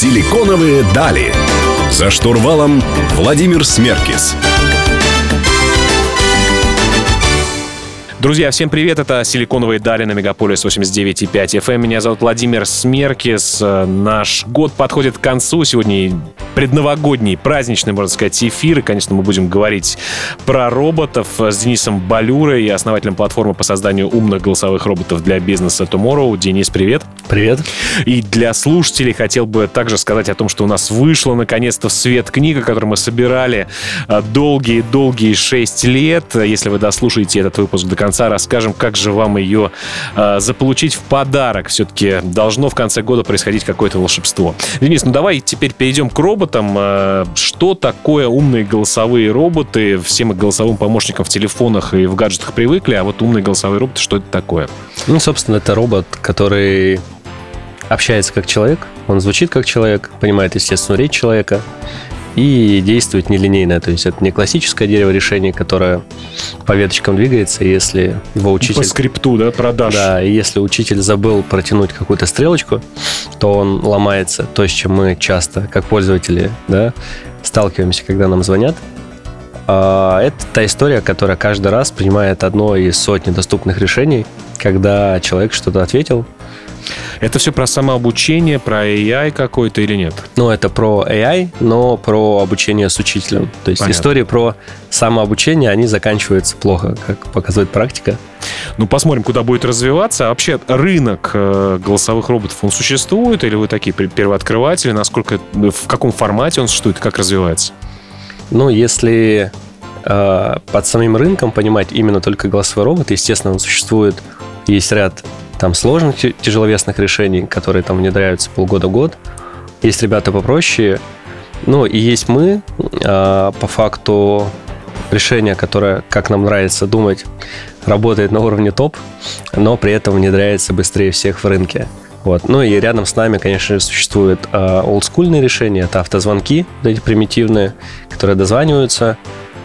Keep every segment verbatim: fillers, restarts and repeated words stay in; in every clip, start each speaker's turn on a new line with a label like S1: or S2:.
S1: Силиконовые дали. За штурвалом Владимир Смеркис.
S2: Друзья, всем привет, это «Силиконовые дали» на Мегаполис восемьдесят девять и пять эф эм. Меня зовут Владимир Смеркис. Наш год подходит к концу. Сегодня предновогодний, праздничный, можно сказать, эфир. И, конечно, мы будем говорить про роботов с Денисом Балюрой, основателем платформы по созданию умных голосовых роботов для бизнеса Tomorrow. Денис, привет.
S3: Привет.
S2: И для слушателей хотел бы также сказать о том, что у нас вышла наконец-то в свет книга, которую мы собирали долгие-долгие шесть лет. Если вы дослушаете этот выпуск до конца, расскажем, как же вам ее э, заполучить в подарок. Все-таки должно в конце года происходить какое-то волшебство. Денис, ну давай теперь перейдем к роботам. Э, что такое умные голосовые роботы? Все мы к голосовым помощникам в телефонах и в гаджетах привыкли, а вот умные голосовые роботы, что это такое?
S3: Ну, собственно, это робот, который общается как человек, он звучит как человек, понимает естественную речь человека и действует нелинейно. То есть это не классическое дерево решений, которое по веточкам двигается, и если его учитель...
S2: По скрипту, да, продаж.
S3: Да, и если учитель забыл протянуть какую-то стрелочку, то он ломается. То, с чем мы часто, как пользователи, да, сталкиваемся, когда нам звонят. А это та история, которая каждый раз принимает одно из сотни доступных решений, когда человек что-то ответил.
S2: Это все про самообучение, про эй ай какой-то или нет?
S3: Ну, это про эй ай, но про обучение с учителем. То есть Понятно. Истории про самообучение, они заканчиваются плохо, как показывает практика.
S2: Ну, посмотрим, куда будет развиваться. А вообще рынок голосовых роботов, он существует? Или вы такие первооткрыватели? Насколько, в каком формате он существует? Как развивается?
S3: Ну, если э, под самим рынком понимать именно только голосовой робот, естественно, он существует. Есть ряд там сложных, тяжеловесных решений, которые там внедряются полгода-год. Есть ребята попроще. Ну, и есть мы, э, по факту, решение, которое, как нам нравится думать, работает на уровне топ, но при этом внедряется быстрее всех в рынке. Вот. Ну и рядом с нами, конечно же, существуют э, олдскульные решения. Это автозвонки, вот эти примитивные, которые дозваниваются,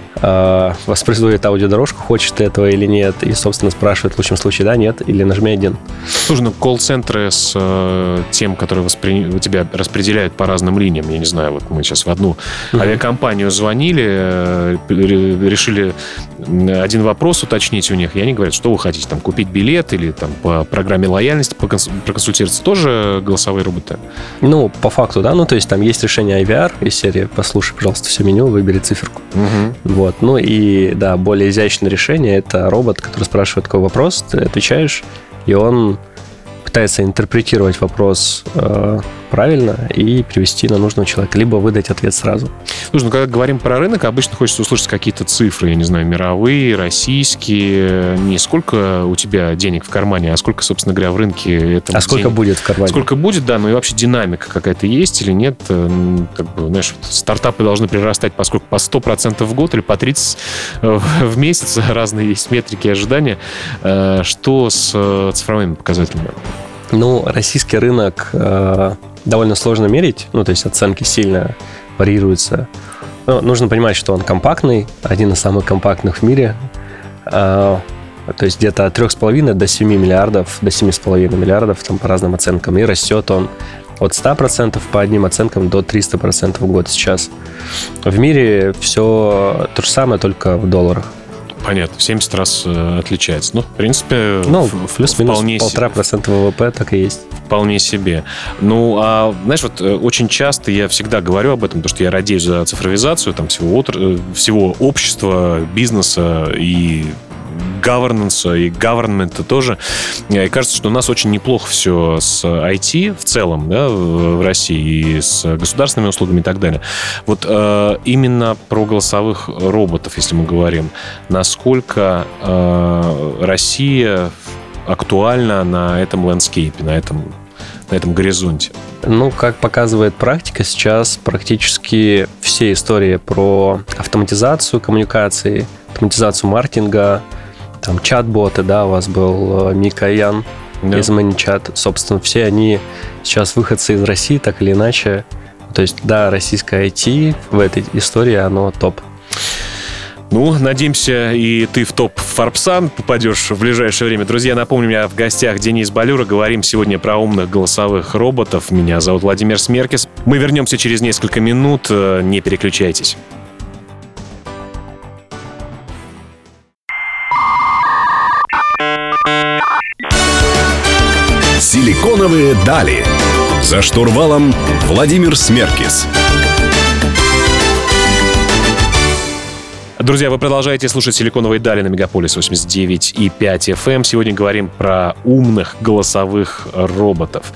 S3: э, воспроизводят аудиодорожку, хочешь ты этого или нет, и, собственно, спрашивают в лучшем случае да, нет, или нажми один.
S2: Слушай, ну колл-центры с э, тем, которые воспри... тебя распределяют по разным линиям, я не знаю, вот мы сейчас в одну mm-hmm. авиакомпанию звонили, э, решили один вопрос уточнить у них, и они говорят, что вы хотите, там, купить билет или там по программе лояльности проконсультироваться, тоже голосовые роботы?
S3: Ну, по факту, да, ну, то есть там есть решение ай ви ар из серии «Послушай, пожалуйста, все меню, выбери циферку».
S2: Mm-hmm.
S3: Вот, ну и, да, более изящное решение – это робот, который спрашивает такой вопрос, ты отвечаешь, и он пытается интерпретировать вопрос э, правильно и перевести на нужного человека, либо выдать ответ сразу.
S2: Слушай, ну когда говорим про рынок, обычно хочется услышать какие-то цифры, я не знаю, мировые, российские. Не сколько у тебя денег в кармане, а сколько, собственно говоря, в рынке этого.
S3: А сколько
S2: денег.
S3: будет в кармане?
S2: Сколько будет, да, ну и вообще динамика какая-то есть или нет? Как бы, знаешь, стартапы должны прирастать поскольку по сто процентов в год или по тридцать процентов в месяц. Разные есть метрики и ожидания. Что с цифровыми показателями?
S3: Ну, российский рынок э, довольно сложно мерить, ну, то есть оценки сильно варьируются. Но нужно понимать, что он компактный, один из самых компактных в мире. Э, то есть где-то от трех с половиной до семи миллиардов, до семи с половиной миллиардов, там по разным оценкам. И растет он от ста процентов по одним оценкам до триста процентов в год сейчас. В мире все то же самое, только в долларах.
S2: Понятно, в семьдесят раз э, отличается. Ну, в принципе,
S3: ну, плюс-минус полтора процента вэ вэ пэ так и есть.
S2: Вполне себе. Ну, а, знаешь, вот очень часто я всегда говорю об этом, потому что я радею за цифровизацию там, всего, отр... всего общества, бизнеса и governance и government тоже. И кажется, что у нас очень неплохо все с ай ти в целом, да, в России, и с государственными услугами и так далее. Вот э, именно про голосовых роботов, если мы говорим, насколько э, Россия актуальна на этом ландскейпе, на этом, на этом горизонте?
S3: Ну, как показывает практика, сейчас практически все истории про автоматизацию коммуникации, автоматизацию маркетинга, там чат-боты, да, у вас был Мика Ян да. из ManyChat. Собственно, все они сейчас выходцы из России, так или иначе. То есть, да, российское ай ти в этой истории, оно топ.
S2: Ну, надеемся, и ты в топ Форбса попадешь в ближайшее время. Друзья, напомню, у меня в гостях Денис Балюра. Говорим сегодня про умных голосовых роботов. Меня зовут Владимир Смеркис. Мы вернемся через несколько минут. Не переключайтесь.
S1: Силиконовые дали. За штурвалом Владимир Смеркис.
S2: Друзья, вы продолжаете слушать «Силиконовые дали» на Мегаполис восемьдесят девять и пять эф эм. Сегодня говорим про умных голосовых роботов.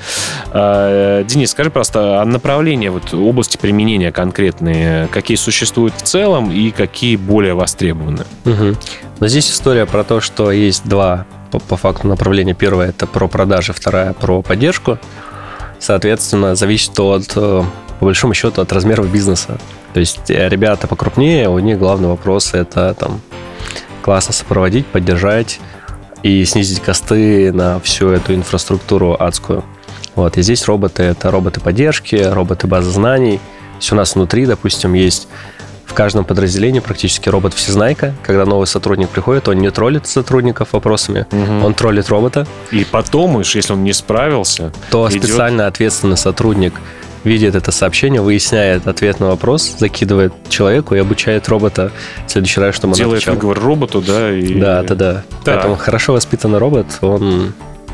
S2: Денис, скажи просто, а направления, вот, области применения конкретные, какие существуют в целом и какие более востребованы?
S3: Угу. Но здесь история про то, что есть два по, по факту направления. Первое – это про продажи, вторая – про поддержку. Соответственно, зависит от, по большому счету, от размеров бизнеса. То есть ребята покрупнее, у них главный вопрос – это там классно сопроводить, поддержать и снизить косты на всю эту инфраструктуру адскую. Вот. И здесь роботы – это роботы поддержки, роботы базы знаний. То есть у нас внутри, допустим, есть в каждом подразделении практически робот-всезнайка. Когда новый сотрудник приходит, он не троллит сотрудников вопросами, угу. он троллит робота.
S2: И потом, если он не справился,
S3: то
S2: идет...
S3: специально ответственный сотрудник видит это сообщение, выясняет ответ на вопрос, закидывает человеку и обучает робота в следующий раз, чтобы он
S2: делает
S3: отвечал.
S2: выговор роботу, да? И...
S3: Да, да, да. Так. Поэтому хорошо воспитанный робот, он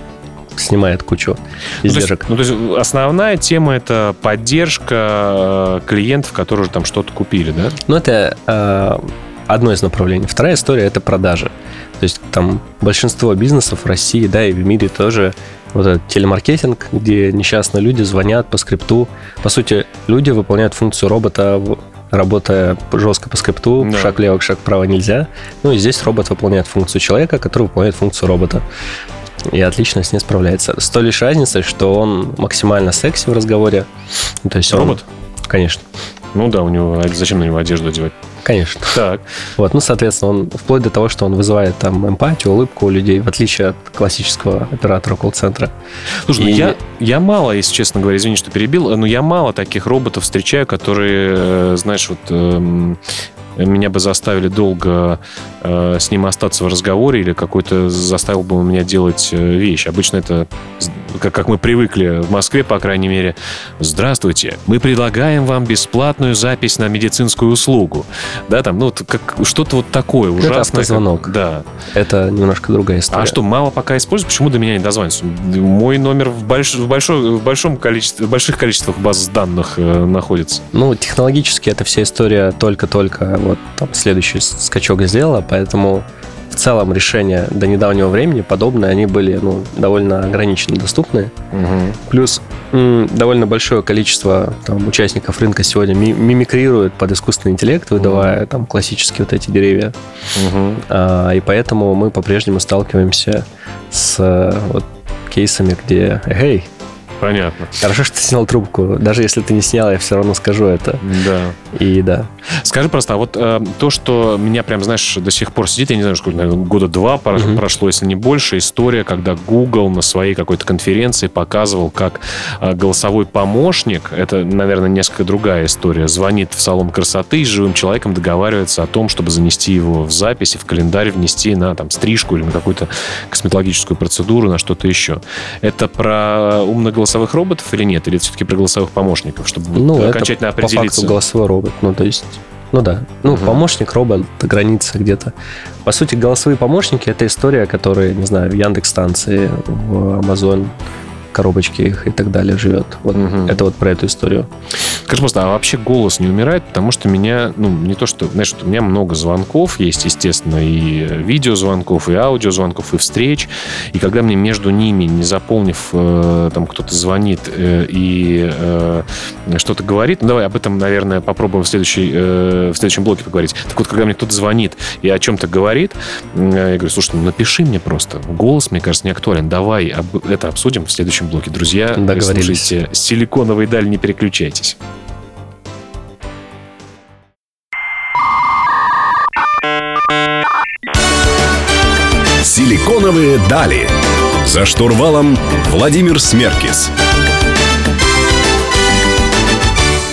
S3: снимает кучу издержек.
S2: Ну, то есть, ну, то есть основная тема — это поддержка клиентов, которые там что-то купили, да?
S3: Ну, это э, одно из направлений. Вторая история — это продажи. То есть там большинство бизнесов в России, да, и в мире тоже вот этот телемаркетинг, где несчастные люди звонят по скрипту. По сути, люди выполняют функцию робота, работая жестко по скрипту, да. Шаг влево, шаг вправо нельзя. Ну и здесь робот выполняет функцию человека, который выполняет функцию робота. И отлично с ней справляется. С той лишь разницей, что он максимально секси в разговоре. То есть
S2: робот?
S3: Он, конечно.
S2: Ну да, у него зачем на него одежду одевать?
S3: Конечно.
S2: Так.
S3: Вот, ну, соответственно, он вплоть до того, что он вызывает там эмпатию, улыбку у людей, в отличие от классического оператора колл-центра.
S2: Слушай,
S3: И...
S2: ну я, я мало, если честно говоря, извини, что перебил, но я мало таких роботов встречаю, которые, знаешь, вот... Эм... меня бы заставили долго э, с ним остаться в разговоре или какой-то заставил бы меня делать э, вещь. Обычно это, как, как мы привыкли в Москве, по крайней мере, здравствуйте, мы предлагаем вам бесплатную запись на медицинскую услугу. Да, там, ну, как, что-то вот такое ужасное.
S3: Это автозвонок.
S2: Как, да.
S3: Это немножко другая история.
S2: А что, мало пока используют? Почему до меня не дозвонятся? Мой номер в, больш, в, большой, в, большом количестве, в больших количествах баз данных э, находится.
S3: Ну, технологически эта вся история только-только вот там следующий скачок сделала, поэтому в целом решения до недавнего времени подобные, они были ну, довольно ограниченно доступны.
S2: Угу.
S3: Плюс м, довольно большое количество там, участников рынка сегодня ми- мимикрирует под искусственный интеллект, выдавая угу. там классические вот эти деревья.
S2: Угу.
S3: А, и поэтому мы по-прежнему сталкиваемся с вот, кейсами, где «Эй,
S2: понятно.
S3: Хорошо, что ты снял трубку. Даже если ты не снял, я все равно скажу это».
S2: Да.
S3: И да.
S2: Скажи просто, а вот э, то, что меня прям, знаешь, до сих пор сидит, я не знаю, сколько, наверное, года два mm-hmm. прошло, если не больше, история, когда Google на своей какой-то конференции показывал, как э, голосовой помощник, это, наверное, несколько другая история, звонит в салон красоты и с живым человеком договаривается о том, чтобы занести его в запись и в календарь внести на там, стрижку или на какую-то косметологическую процедуру, на что-то еще. Это про умных голосовых роботов или нет? Или это все-таки про голосовых помощников, чтобы
S3: ну,
S2: окончательно
S3: это
S2: определиться?
S3: По факту голосовой робот. Ну, то есть, ну да. Ну, uh-huh. помощник, робот, граница где-то. По сути, голосовые помощники — это история, которая, не знаю, в Яндекс-станции, в Amazon коробочке их и так далее живет. Вот uh-huh. это вот про эту историю.
S2: Скажи просто, а вообще голос не умирает? Потому что меня, ну, не то что, знаешь, у меня много звонков есть, естественно, и видеозвонков, и аудиозвонков, и встреч. И когда мне между ними, не заполнив, э, там кто-то звонит э, и э, что-то говорит, ну, давай об этом, наверное, попробуем в, следующей, э, в следующем блоке поговорить. Так вот, когда мне кто-то звонит и о чем-то говорит, э, я говорю, слушай, ну, напиши мне просто. Голос, мне кажется, не актуален. Давай об, это обсудим в следующем блоке. Друзья, слушайте «Силиконовые дали», не переключайтесь.
S1: «Силиконовые дали». За штурвалом Владимир Смеркис.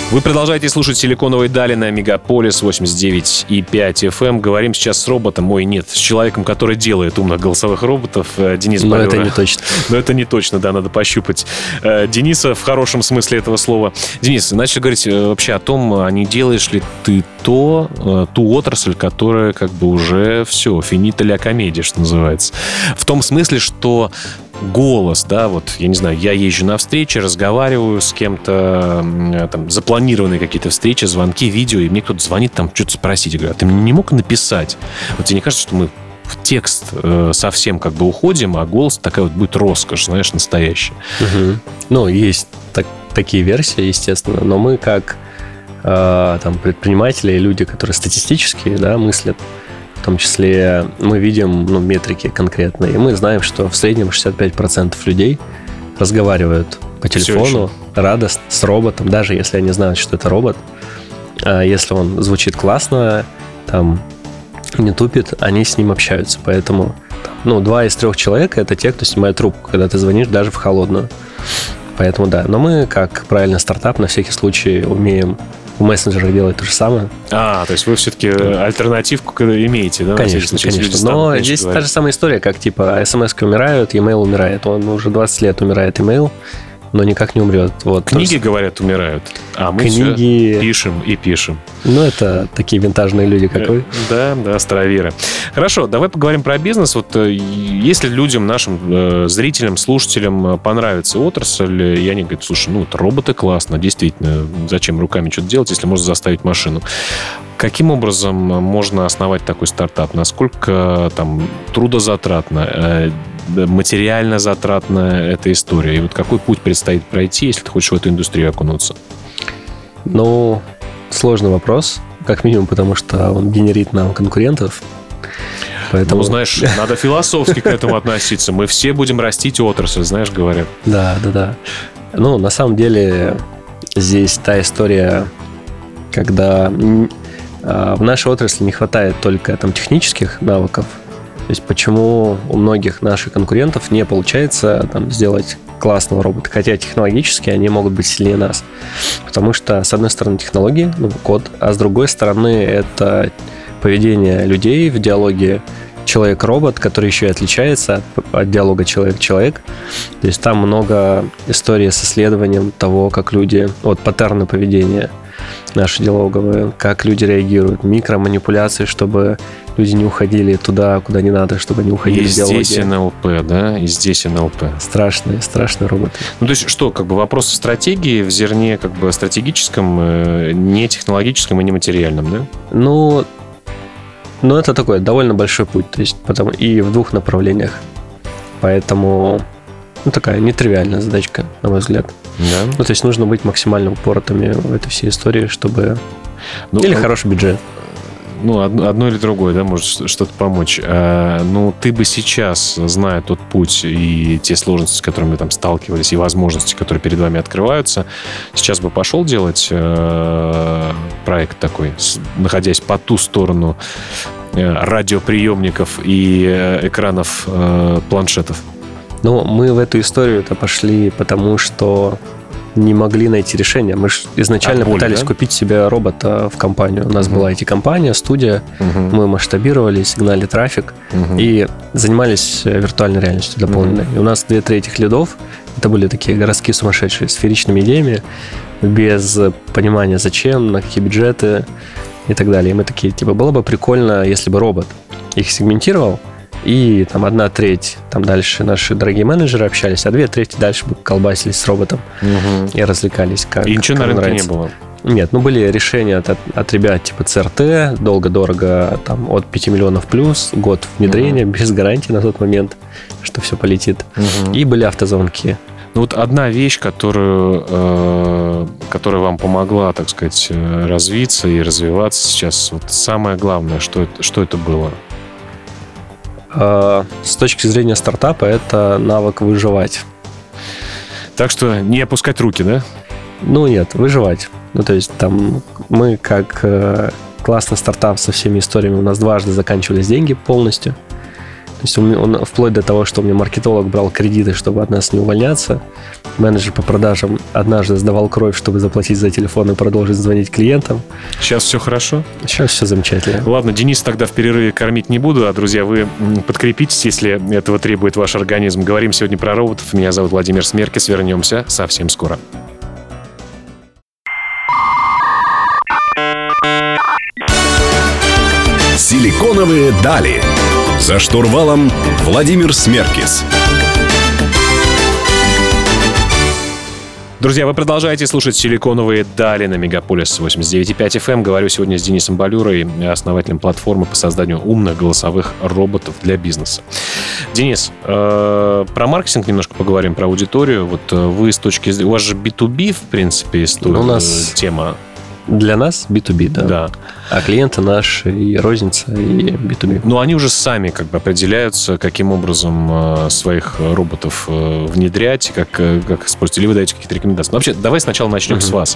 S2: Вы продолжаете слушать «Силиконовые дали» на Мегаполис восемьдесят девять и пять эф эм. Говорим сейчас с роботом, ой, нет, с человеком, который делает умных голосовых роботов, Денис
S3: Но
S2: Бавера.
S3: это не точно.
S2: Но это не точно, да, надо пощупать Дениса в хорошем смысле этого слова. Денис, начали говорить вообще о том, а не делаешь ли ты то, ту отрасль, которая как бы уже все, финита ля комедия, что называется. В том смысле, что голос, да, вот, я не знаю, я езжу на встречи, разговариваю с кем-то, там, запланированные какие-то встречи, звонки, видео, и мне кто-то звонит, там, что-то спросить, я говорю, а ты мне не мог написать? Вот тебе не кажется, что мы в текст э, совсем как бы уходим, а голос такая вот будет роскошь, знаешь, настоящая?
S3: Угу. Ну, есть так, такие версии, естественно, но мы как э, там, предприниматели, люди, которые статистически, да, мыслят, в том числе мы видим, ну, метрики конкретные, и мы знаем, что в среднем шестьдесят пять процентов людей разговаривают по телефону радостно с роботом, даже если они знают, что это робот. А если он звучит классно, там, не тупит, они с ним общаются. Поэтому, ну, два из трех человек — это те, кто снимает трубку, когда ты звонишь даже в холодную. Поэтому да. Но мы, как правильно стартап, на всякий случай умеем в мессенджерах делать то же самое.
S2: А, то есть вы все-таки альтернативку имеете, да?
S3: Конечно, конечно. Но здесь та же самая история, как типа смс-ки умирают, e-mail умирает. Он уже двадцать лет умирает, e-mail, но никак не умрет. Вот.
S2: Книги, говорят, умирают, а мы
S3: Книги...
S2: все пишем и пишем.
S3: Ну, это такие винтажные люди, как вы.
S2: Да, да, староверы. Хорошо, давай поговорим про бизнес. Вот если людям, нашим э, зрителям, слушателям понравится отрасль, и они говорят, слушай, ну, это роботы классно, действительно, зачем руками что-то делать, если можно заставить машину? Каким образом можно основать такой стартап? Насколько там трудозатратно, э, материально затратна эта история? И вот какой путь предстоит пройти, если ты хочешь в эту индустрию окунуться?
S3: Ну, сложный вопрос, как минимум, потому что он генерит нам конкурентов. Поэтому...
S2: Ну, знаешь, надо философски к этому относиться. Мы все будем растить отрасль, знаешь, говорят.
S3: Да, да, да. Ну, на самом деле, здесь та история, когда в нашей отрасли не хватает только там технических навыков. То есть почему у многих наших конкурентов не получается там сделать классного робота, хотя технологически они могут быть сильнее нас. Потому что, с одной стороны, технологии, ну, код, а с другой стороны, это поведение людей в диалоге человек-робот, который еще и отличается от, от диалога человек-человек. То есть там много историй с исследованием того, как люди, вот паттерны поведения наши диалоговые, как люди реагируют, микроманипуляции, чтобы люди не уходили туда, куда не надо, чтобы не уходили
S2: и
S3: в диалоги.
S2: И здесь эн эл пи, да? И здесь эн эл пи.
S3: Страшные, страшные роботы.
S2: Ну, то есть что, как бы вопрос стратегии в зерне как бы стратегическом, не технологическом и не материальном, да?
S3: Ну, ну, это такой довольно большой путь, то есть потом и в двух направлениях. Поэтому, ну, такая нетривиальная задачка, на мой взгляд.
S2: Да.
S3: Ну, то есть нужно быть максимально упоротыми в этой всей истории, чтобы...
S2: Ну,
S3: или
S2: а...
S3: хороший бюджет.
S2: Ну, одно, одно или другое, да, может что-то помочь. А, ну, ты бы сейчас, зная тот путь и те сложности, с которыми вы там сталкивались, и возможности, которые перед вами открываются, сейчас бы пошел делать э, проект такой, с, находясь по ту сторону э, радиоприемников и э, экранов э, планшетов?
S3: Ну, мы в эту историю-то пошли, потому что не могли найти решение. Мы же изначально боли, пытались да? купить себе робота в компанию. У нас uh-huh. была ай ти-компания, студия. Uh-huh. Мы масштабировали, сигнали трафик uh-huh. и занимались виртуальной реальностью дополненной. Uh-huh. И у нас две трети лидов это были такие городские сумасшедшие, с сферичными идеями, без понимания зачем, на какие бюджеты и так далее. И мы такие, типа, было бы прикольно, если бы робот их сегментировал, и там одна треть, там дальше наши дорогие менеджеры общались, а две трети дальше бы колбасились с роботом угу. и развлекались. Как,
S2: и ничего
S3: как
S2: на рынке
S3: нравится.
S2: Не было?
S3: Нет, ну были решения от, от ребят типа си эр ти, долго-дорого, там от пяти миллионов плюс, год внедрения, угу. без гарантии на тот момент, что все полетит. Угу. И были автозвонки.
S2: Ну вот одна вещь, которую, э, которая вам помогла, так сказать, развиться и развиваться сейчас, вот самое главное, что это, что это было?
S3: С точки зрения стартапа, это навык выживать.
S2: Так что не опускать руки, да?
S3: Ну нет, выживать. Ну то есть там мы как э, классный стартап со всеми историями, у нас дважды заканчивались деньги полностью. То есть он, он вплоть до того, что у меня маркетолог брал кредиты, чтобы от нас не увольняться. Менеджер по продажам однажды сдавал кровь, чтобы заплатить за телефон и продолжить звонить клиентам.
S2: Сейчас все хорошо?
S3: Сейчас все замечательно.
S2: Ладно, Денис тогда в перерыве кормить не буду, а, друзья, вы подкрепитесь, если этого требует ваш организм. Говорим сегодня про роботов. Меня зовут Владимир Смеркис. Вернемся совсем скоро.
S1: Силиконовые дали. За штурвалом Владимир Смеркис.
S2: Друзья, вы продолжаете слушать «Силиконовые дали» на Мегаполис восемьдесят девять и пять эф эм. Говорю сегодня с Денисом Балюрой, основателем платформы по созданию умных голосовых роботов для бизнеса. Денис, э, про маркетинг немножко поговорим, про аудиторию. Вот вы с точки зрения... У вас же би ту би, в принципе, история,
S3: у нас...
S2: тема.
S3: Для нас би ту би, да.
S2: Да.
S3: А клиенты наши и розница, и би ту би.
S2: Но они уже сами как бы определяются, каким образом э, своих роботов э, внедрять, как, э, как использовать. Или вы даете какие-то рекомендации. Но вообще, давай сначала начнем uh-huh. с вас.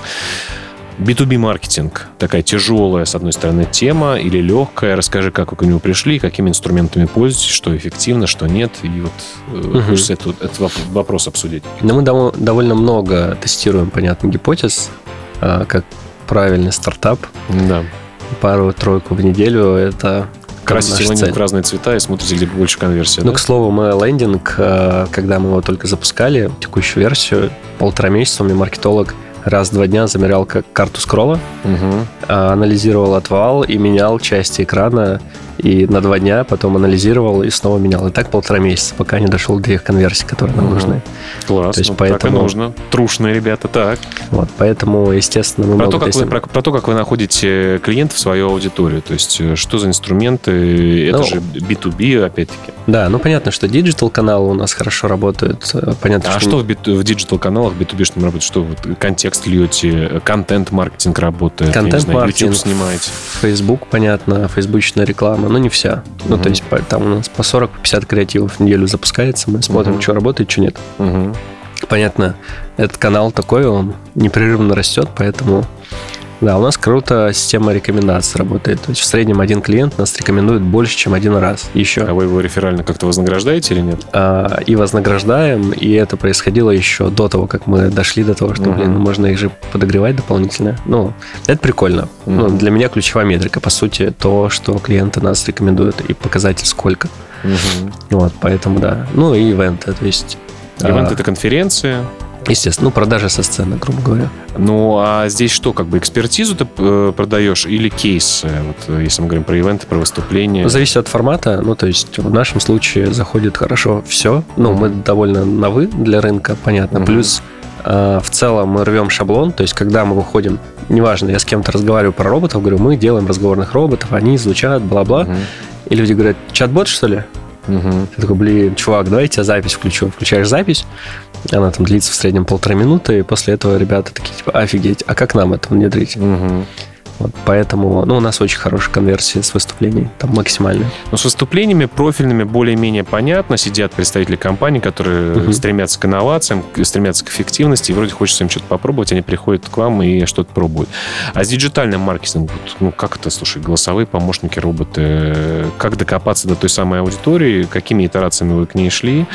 S2: би ту би-маркетинг. Такая тяжелая, с одной стороны, тема или легкая. Расскажи, как вы к нему пришли, какими инструментами пользуетесь, что эффективно, что нет. И вот э, uh-huh. хочется этот, этот вопрос обсудить.
S3: Но мы дов- довольно много тестируем, понятно, гипотез, э, как правильный стартап.
S2: Да.
S3: Пару-тройку в неделю — это
S2: красите лендинг в разные цвета и смотрите, где больше конверсия.
S3: Ну,
S2: да?
S3: к слову, мы лендинг, когда мы его только запускали, текущую версию, полтора месяца у меня маркетолог раз в два дня замерял как карту скролла,
S2: угу.
S3: анализировал отвал и менял части экрана. И на два дня потом анализировал и снова менял. И так полтора месяца, пока не дошел до их конверсий, которые нам угу. нужны.
S2: Класс,
S3: то есть,
S2: ну,
S3: поэтому...
S2: так и нужно. Трушные ребята, так.
S3: Вот, поэтому, естественно, мы
S2: про
S3: много
S2: то, как
S3: тестим.
S2: вы, про, про то, как вы находите клиентов в свою аудиторию. То есть, что за инструменты? Это ну, же би ту би, опять-таки.
S3: Да, ну понятно, что диджитал-каналы у нас хорошо работают. Понятно,
S2: а что, что в, би ту, в диджитал-каналах би ту би что работает? Что вот, контекст льете, контент-маркетинг работает?
S3: Контент-маркетинг,
S2: YouTube снимаете?
S3: Facebook, понятно, фейсбучная реклама, но не вся. Ну, uh-huh. то есть там у нас по сорок-пятьдесят креативов в неделю запускается, мы смотрим, uh-huh. что работает, что нет.
S2: Uh-huh.
S3: Понятно, этот канал такой, он непрерывно растет, поэтому... Да, у нас круто система рекомендаций работает. То есть в среднем один клиент нас рекомендует больше, чем один раз. Еще.
S2: А вы его реферально как-то вознаграждаете или нет?
S3: А, и вознаграждаем, и это происходило еще до того, как мы дошли до того, что, uh-huh. блин, можно их же подогревать дополнительно. Ну, это прикольно. Uh-huh. Ну, для меня ключевая метрика, по сути, то, что клиенты нас рекомендуют, и показатель сколько. Uh-huh. Вот, поэтому, да. Ну, и ивенты, то есть...
S2: Ивент
S3: а...
S2: — это конференция.
S3: Естественно, ну, продажа со сцены, грубо говоря.
S2: Ну, а здесь что, как бы экспертизу ты продаешь или кейс? Вот, если мы говорим про ивенты, про выступления.
S3: Зависит от формата. Ну, то есть в нашем случае заходит хорошо все. Ну, mm-hmm. мы довольно новы для рынка, понятно. Mm-hmm. Плюс э, в целом мы рвем шаблон. То есть когда мы выходим, неважно, я с кем-то разговариваю про роботов, говорю, мы делаем разговорных роботов, они звучат, бла-бла. Mm-hmm. И люди говорят, чат-бот, что ли?
S2: Uh-huh.
S3: Ты такой, блин, чувак, давай я тебе запись включу. Включаешь запись, она там длится в среднем полтора минуты, и после этого ребята такие, типа, офигеть, а как нам это внедрить?
S2: Uh-huh.
S3: Вот, поэтому, ну, у нас очень хорошая конверсия с выступлений, там максимальная.
S2: Но с выступлениями профильными более-менее понятно. Сидят представители компаний, которые uh-huh. стремятся к инновациям, стремятся к эффективности, и вроде хочется им что-то попробовать, они приходят к вам и что-то пробуют. А с диджитальным маркетингом, ну, как это, слушай, голосовые помощники, роботы, как докопаться до той самой аудитории, какими итерациями вы к ней шли,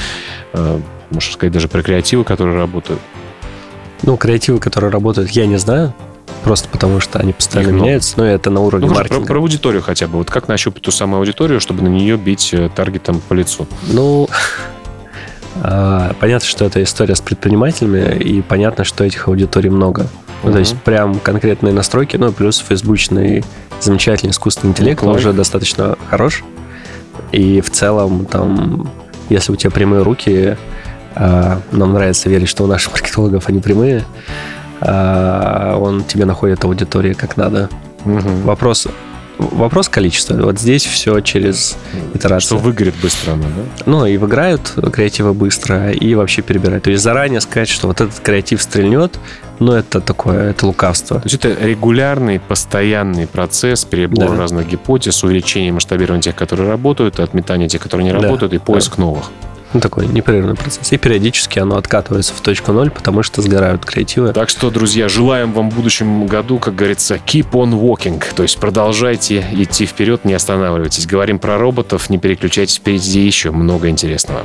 S2: можно сказать, даже про креативы, которые работают?
S3: Ну, креативы, которые работают, я не знаю. Просто потому, что они постоянно
S2: Их
S3: меняются, но это на уровне
S2: ну,
S3: маркетинга.
S2: Про, про аудиторию хотя бы. Вот как нащупать ту самую аудиторию, чтобы на нее бить таргетом по лицу?
S3: Ну, понятно, что это история с предпринимателями, и понятно, что этих аудиторий много. Ну, uh-huh. то есть прям конкретные настройки, ну, плюс фейсбучный замечательный искусственный интеллект, он уже достаточно хорош. И в целом, там, если у тебя прямые руки, нам нравится верить, что у наших маркетологов они прямые, он тебе находит аудиторию как надо.
S2: Угу.
S3: Вопрос, вопрос количества. Вот здесь все через итерацию.
S2: Что выгорит быстро оно, да?
S3: Ну, и выиграют креативы быстро, и вообще перебирают. То есть заранее сказать, что вот этот креатив стрельнет, ну, это такое, это лукавство.
S2: То есть это регулярный, постоянный процесс перебора да. разных гипотез, увеличения масштабирования тех, которые работают, отметания тех, которые не да. работают, и поиск
S3: да.
S2: новых.
S3: Ну, такой непрерывный процесс. И периодически оно откатывается в точку ноль, потому что сгорают креативы.
S2: Так что, друзья, желаем вам в будущем году, как говорится, keep on walking. То есть продолжайте идти вперед, не останавливайтесь. Говорим про роботов, не переключайтесь, впереди еще много интересного.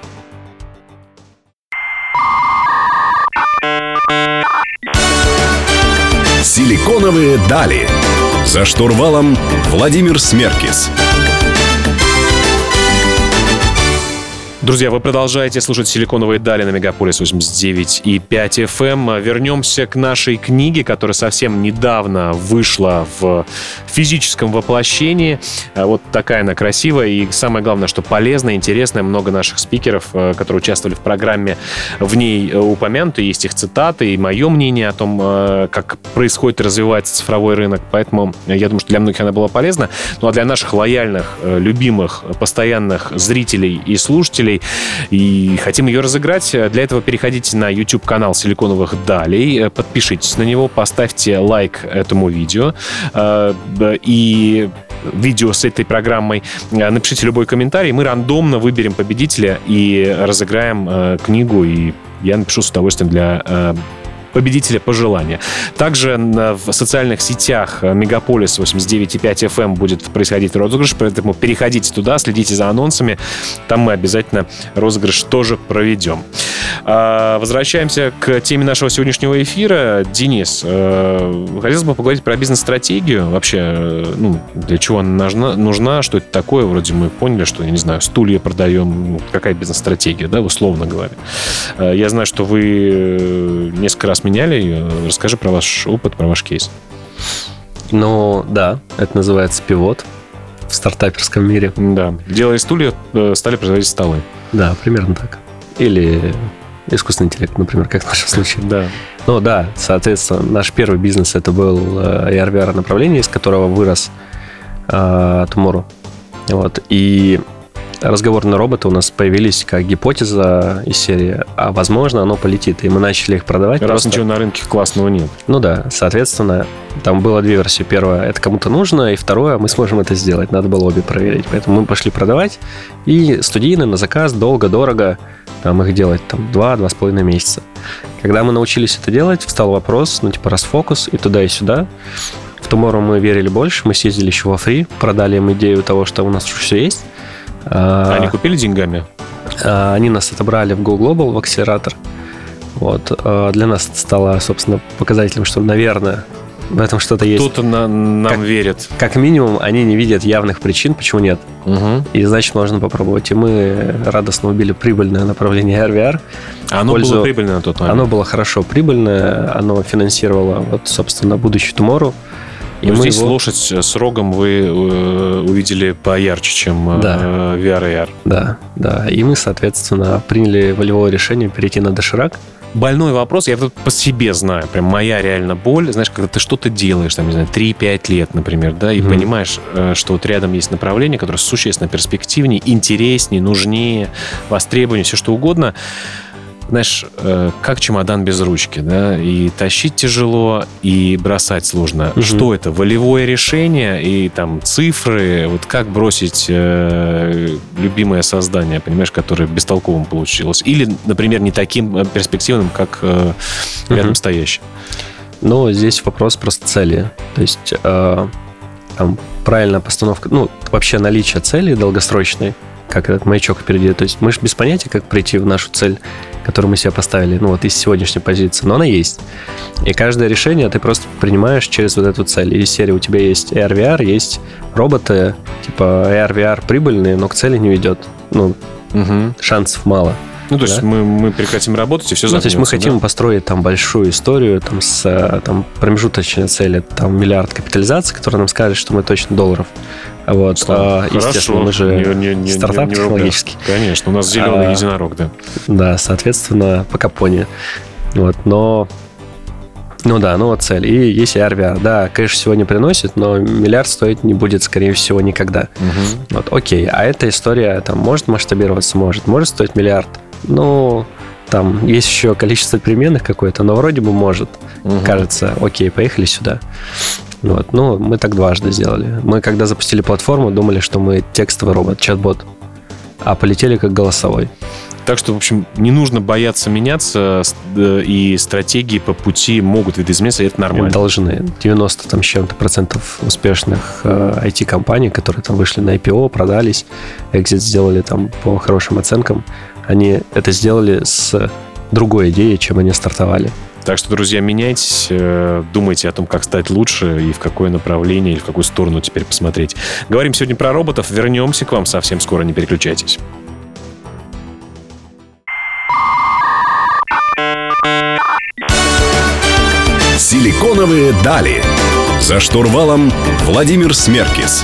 S1: Силиконовые дали. За штурвалом Владимир Смеркис.
S2: Друзья, вы продолжаете слушать «Силиконовые дали» на Мегаполис восемьдесят девять и пять эф эм. Вернемся к нашей книге, которая совсем недавно вышла в физическом воплощении. Вот такая она красивая и, самое главное, что полезная, интересная. Много наших спикеров, которые участвовали в программе, в ней упомянуты. Есть их цитаты и мое мнение о том, как происходит и развивается цифровой рынок. Поэтому я думаю, что для многих она была полезна. Ну а для наших лояльных, любимых, постоянных зрителей и слушателей и хотим ее разыграть. Для этого переходите на YouTube-канал «Силиконовых далей», подпишитесь на него, поставьте лайк этому видео и видео с этой программой, напишите любой комментарий, мы рандомно выберем победителя и разыграем книгу, и я напишу с удовольствием для победителя по желанию. Также в социальных сетях Мегаполис восемьдесят девять и пять эф эм будет происходить розыгрыш, поэтому переходите туда, следите за анонсами. Там мы обязательно розыгрыш тоже проведем. Возвращаемся к теме нашего сегодняшнего эфира. Денис, хотелось бы поговорить про бизнес-стратегию. Вообще, ну, для чего она нужна, нужна, что это такое? Вроде мы поняли, что, я не знаю, стулья продаем. Какая бизнес-стратегия, да, условно говоря. Я знаю, что вы несколько раз меняли ее. Расскажи про ваш опыт, про ваш кейс.
S3: Ну, да, это называется пивот в стартаперском мире.
S2: Да, делая стулья, стали производить столы.
S3: Да, примерно так. Или искусственный интеллект, например, как в нашем случае.
S2: Да.
S3: Ну да, соответственно, наш первый бизнес это был эй ар-ви ар направление, из которого вырос uh, Tomorrow. Вот. И разговорные роботы у нас появились как гипотеза из серии, а возможно оно полетит, и мы начали их продавать.
S2: Раз
S3: просто...
S2: ничего на рынке классного нет.
S3: Ну да, соответственно, там было две версии. Первая, это кому-то нужно, и второе, мы сможем это сделать. Надо было обе проверить. Поэтому мы пошли продавать, и студийно на заказ, долго, дорого, там их делать там два-два с половиной месяца. Когда мы научились это делать, встал вопрос, ну типа расфокус и туда, и сюда. В Tomorrow мы верили больше, мы съездили еще во Free, продали им идею того, что у нас уже все есть.
S2: Они купили деньгами?
S3: Они нас отобрали в Go Global, в акселератор. Вот. Для нас это стало, собственно, показателем, что, наверное, в этом что-то есть.
S2: Кто-то на, нам
S3: как,
S2: верит.
S3: Как минимум, они не видят явных причин, почему нет.
S2: Угу.
S3: И значит, можно попробовать. И мы радостно убили прибыльное направление эй ар-ви ар.
S2: А оно пользу... было прибыльное на тот момент?
S3: Оно было хорошо прибыльное. Оно финансировало, вот, собственно, будущий Tomorrow.
S2: И мы здесь его... лошадь с рогом вы э, увидели поярче, чем
S3: да.
S2: э, ви ар и эй ар.
S3: Да, да. И мы, соответственно, приняли волевое решение перейти на доширак.
S2: Больной вопрос, я тут по себе знаю, прям моя реально боль, знаешь, когда ты что-то делаешь, там, не знаю, три-пять лет, например, да, и mm-hmm. понимаешь, что вот рядом есть направление, которое существенно перспективнее, интереснее, нужнее, востребованнее, все что угодно. Знаешь, как чемодан без ручки, да, и тащить тяжело, и бросать сложно. Mm-hmm. Что это? Волевое решение и там цифры, вот как бросить э, любимое создание, понимаешь, которое бестолковым получилось, или, например, не таким перспективным, как э, рядом mm-hmm. стоящий.
S3: Ну, здесь вопрос просто цели, то есть э, там правильная постановка, ну, вообще наличие цели долгосрочной, как этот маячок впереди. То есть мы же без понятия, как прийти в нашу цель, которую мы себе поставили, ну вот из сегодняшней позиции, но она есть. И каждое решение ты просто принимаешь через вот эту цель. Из серии у тебя есть эй ар-ви ар, есть роботы, типа эй ар-ви ар прибыльные, но к цели не ведет. Ну, угу. шансов мало.
S2: Ну, то да? есть мы, мы прекратим работать, и все
S3: ну,
S2: загнется.
S3: То есть мы хотим
S2: да?
S3: построить там большую историю там, с там, промежуточной целью, там миллиард капитализации, которая нам скажет, что мы точно долларов. Вот. А, естественно, мы же не, не, не, стартап не, не технологический.
S2: Конечно, у нас зеленый а, единорог, да.
S3: Да, соответственно, по Капоне. Вот, но... Ну да, ну вот цель. И есть эй ар-ви ар. Да, кэш сегодня приносит, но миллиард стоить не будет, скорее всего, никогда. Угу. Вот, окей. А эта история там может масштабироваться? Может. Может стоить миллиард? Ну, там есть еще количество переменных какое-то, но вроде бы может. Угу. Кажется, окей, поехали сюда. Вот. Ну, мы так дважды сделали. Мы, когда запустили платформу, думали, что мы текстовый робот, чат-бот. а полетели как голосовой.
S2: Так что, в общем, не нужно бояться меняться, и стратегии по пути могут видоизмениться, и это нормально.
S3: Должны. девяносто там, с чем-то процентов успешных э, ай ти-компаний, которые там вышли на ай пи о, продались, экзит сделали там по хорошим оценкам, они это сделали с другой идеей, чем они стартовали.
S2: Так что, друзья, меняйтесь, думайте о том, как стать лучше и в какое направление или в какую сторону теперь посмотреть. Говорим сегодня про роботов. Вернемся к вам совсем скоро, не переключайтесь.
S1: Силиконовые дали. За штурвалом Владимир Смеркис.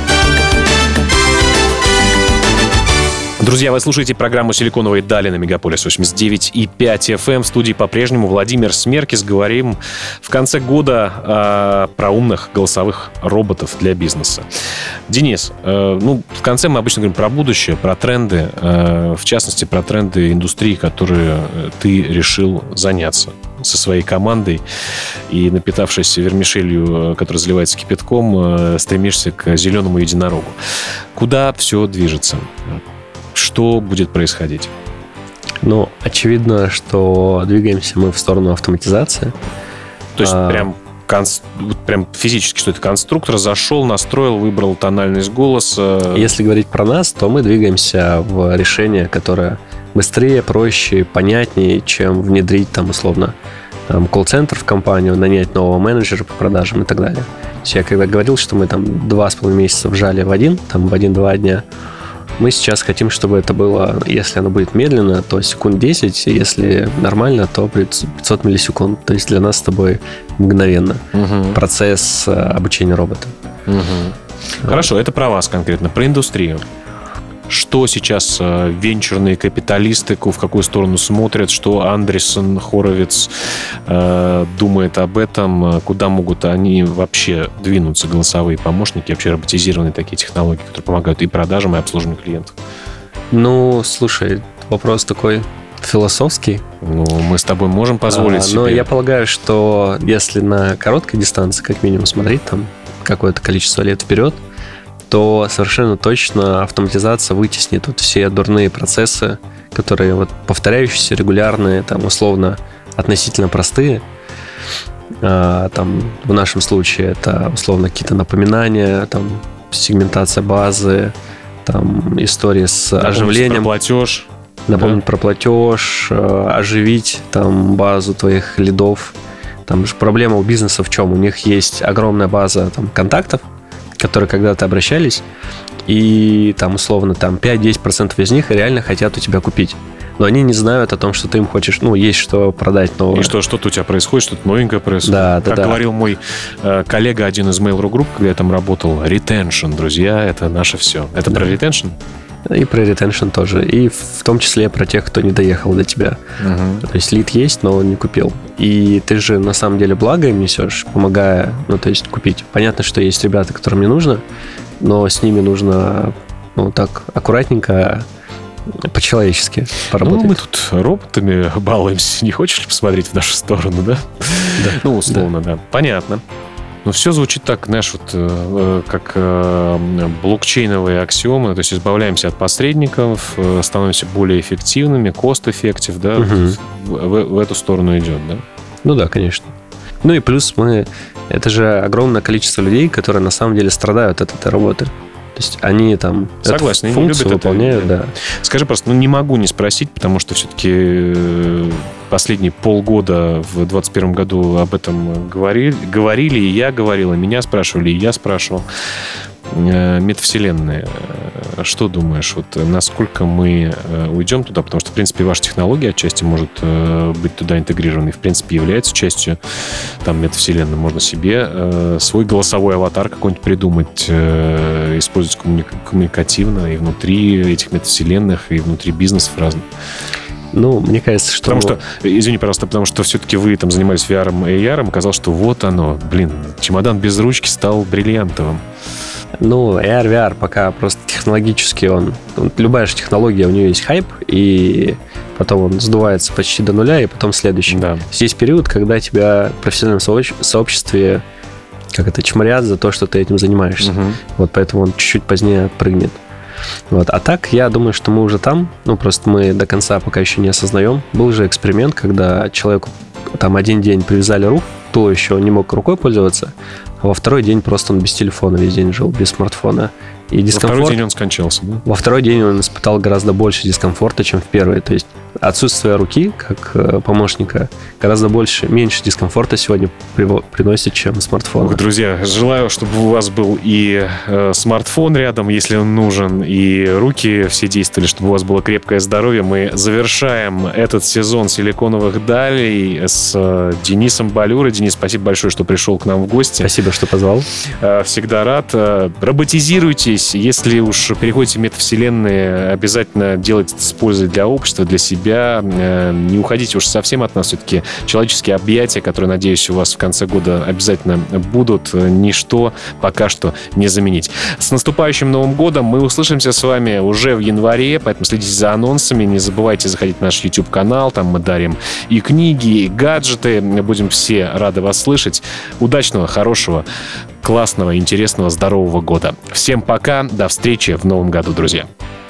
S2: Друзья, вы слушаете программу «Силиконовые дали» на Мегаполис восемьдесят девять и пять эф эм. В студии по-прежнему Владимир Смеркис. Говорим в конце года э, про умных голосовых роботов для бизнеса. Денис, э, ну, в конце мы обычно говорим про будущее, про тренды, э, в частности, про тренды индустрии, которые ты решил заняться со своей командой и, напитавшись вермишелью, которая заливается кипятком, э, стремишься к зеленому единорогу. Куда все движется? Что будет происходить?
S3: Ну, очевидно, что двигаемся мы в сторону автоматизации.
S2: То есть
S3: а...
S2: прям, конс... прям физически, что это конструктор зашел, настроил, выбрал тональность голоса.
S3: Если говорить про нас, то мы двигаемся в решение, которое быстрее, проще, понятнее, чем внедрить там условно там, колл-центр в компанию, нанять нового менеджера по продажам и так далее. То есть я когда говорил, что мы там два с половиной месяца вжали в один, там в один-два дня, мы сейчас хотим, чтобы это было, если оно будет медленно, то секунд десять, если нормально, то пятьсот миллисекунд. То есть для нас с тобой мгновенно угу. процесс обучения робота.
S2: Угу. Хорошо, это про вас конкретно, про индустрию. Что сейчас венчурные капиталисты, в какую сторону смотрят, что Андрессен, Хоровиц э, думает об этом, куда могут они вообще двинуться, голосовые помощники, вообще роботизированные такие технологии, которые помогают и продажам, и обслуживанию клиентов?
S3: Ну, слушай, вопрос такой философский.
S2: Ну, мы с тобой можем позволить
S3: а,
S2: себе.
S3: Но я полагаю, что если на короткой дистанции, как минимум, смотреть там какое-то количество лет вперед, то совершенно точно автоматизация вытеснит вот все дурные процессы, которые вот повторяющиеся, регулярные, там, условно, относительно простые. А, там, в нашем случае это, условно, какие-то напоминания, там, сегментация базы, там, истории с
S2: Напомнить
S3: оживлением.
S2: Про платеж.
S3: Напомнить
S2: да.
S3: про платеж, оживить там базу твоих лидов. Там же проблема у бизнеса в чем? У них есть огромная база там, контактов, которые когда-то обращались, и там условно там пять-десять процентов из них реально хотят у тебя купить. Но они не знают о том, что ты им хочешь, ну, есть что продать новое.
S2: И что что-то у тебя происходит, что-то новенькое происходит.
S3: Да, да,
S2: как
S3: да.
S2: говорил мой э, коллега, один из Mail.ru групп, когда я там работал, retention, друзья, это наше все. Это да. Про retention?
S3: И про retention тоже. И в том числе про тех, кто не доехал до тебя. Угу. То есть лид есть, но он не купил. И ты же на самом деле благо им несешь, помогая, ну, то есть купить. Понятно, что есть ребята, которым не нужно, но с ними нужно, ну, так аккуратненько, по-человечески поработать.
S2: Ну, мы тут роботами балуемся. Не хочешь ли посмотреть в нашу сторону, да? Да. Ну, условно, да. да. Понятно. Ну, все звучит так, знаешь, вот э, как э, блокчейновые аксиомы, то есть избавляемся от посредников, э, становимся более эффективными, cost-effective, да, угу. в, в, в эту сторону идет, да?
S3: Ну да, конечно. Ну и плюс мы, это же огромное количество людей, которые на самом деле страдают от этой работы. То есть они там
S2: Согласен,
S3: эту функцию
S2: любят
S3: выполняют,
S2: это.
S3: да.
S2: Скажи просто, ну не могу не спросить, потому что все-таки последние полгода в двадцать первом году об этом говорили, говорили, и я говорил, и меня спрашивали, и я спрашивал. Метавселенная. Что думаешь, вот насколько мы уйдем туда? Потому что, в принципе, ваша технология отчасти может быть туда интегрирована и, в принципе, является частью там метавселенной. Можно себе свой голосовой аватар какой-нибудь придумать, использовать коммуникативно и внутри этих метавселенных, и внутри бизнесов разных.
S3: Ну, мне кажется, что...
S2: Потому что, извини, пожалуйста, потому что все-таки вы там занимались ви ар и эй ар, оказалось, что вот оно, блин, чемодан без ручки стал бриллиантовым.
S3: Ну, эй ар, ви ар пока просто технологически он... Любая же технология, у нее есть хайп, и потом он сдувается почти до нуля, и потом следующий.
S2: Да.
S3: Есть период, когда тебя в профессиональном сообществе как это, чморят за то, что ты этим занимаешься. Угу. Вот поэтому он чуть-чуть позднее прыгнет. Вот. А так, я думаю, что мы уже там, ну, просто мы до конца пока еще не осознаем. Был же эксперимент, когда человеку там один день привязали руку, то еще не мог рукой пользоваться, а во второй день просто он без телефона весь день жил, без смартфона. И дискомфорт...
S2: Во второй день он скончался, да?
S3: Во второй день он испытал гораздо больше дискомфорта, чем в первый. То есть отсутствие руки, как э, помощника, гораздо больше, меньше дискомфорта сегодня приво- приносит, чем смартфон.
S2: Ох, друзья, желаю, чтобы у вас был и э, смартфон рядом, если он нужен, и руки все действовали, чтобы у вас было крепкое здоровье. Мы завершаем этот сезон «Силиконовых далей» с э, Денисом Балюрой. Денис, спасибо большое, что пришел к нам в гости.
S3: Спасибо, что позвал.
S2: Э, всегда рад. Э, роботизируйтесь. Если уж переходите в метавселенные, обязательно делайте это с пользой для общества, для себя. Не уходите уж совсем от нас. Все-таки человеческие объятия, которые, надеюсь, у вас в конце года обязательно будут, ничто пока что не заменить. С наступающим Новым годом! Мы услышимся с вами уже в январе, поэтому следите за анонсами. Не забывайте заходить в наш YouTube-канал. Там мы дарим и книги, и гаджеты. Будем все рады вас слышать. Удачного, хорошего, классного, интересного, здорового года. Всем пока, до встречи в новом году, друзья.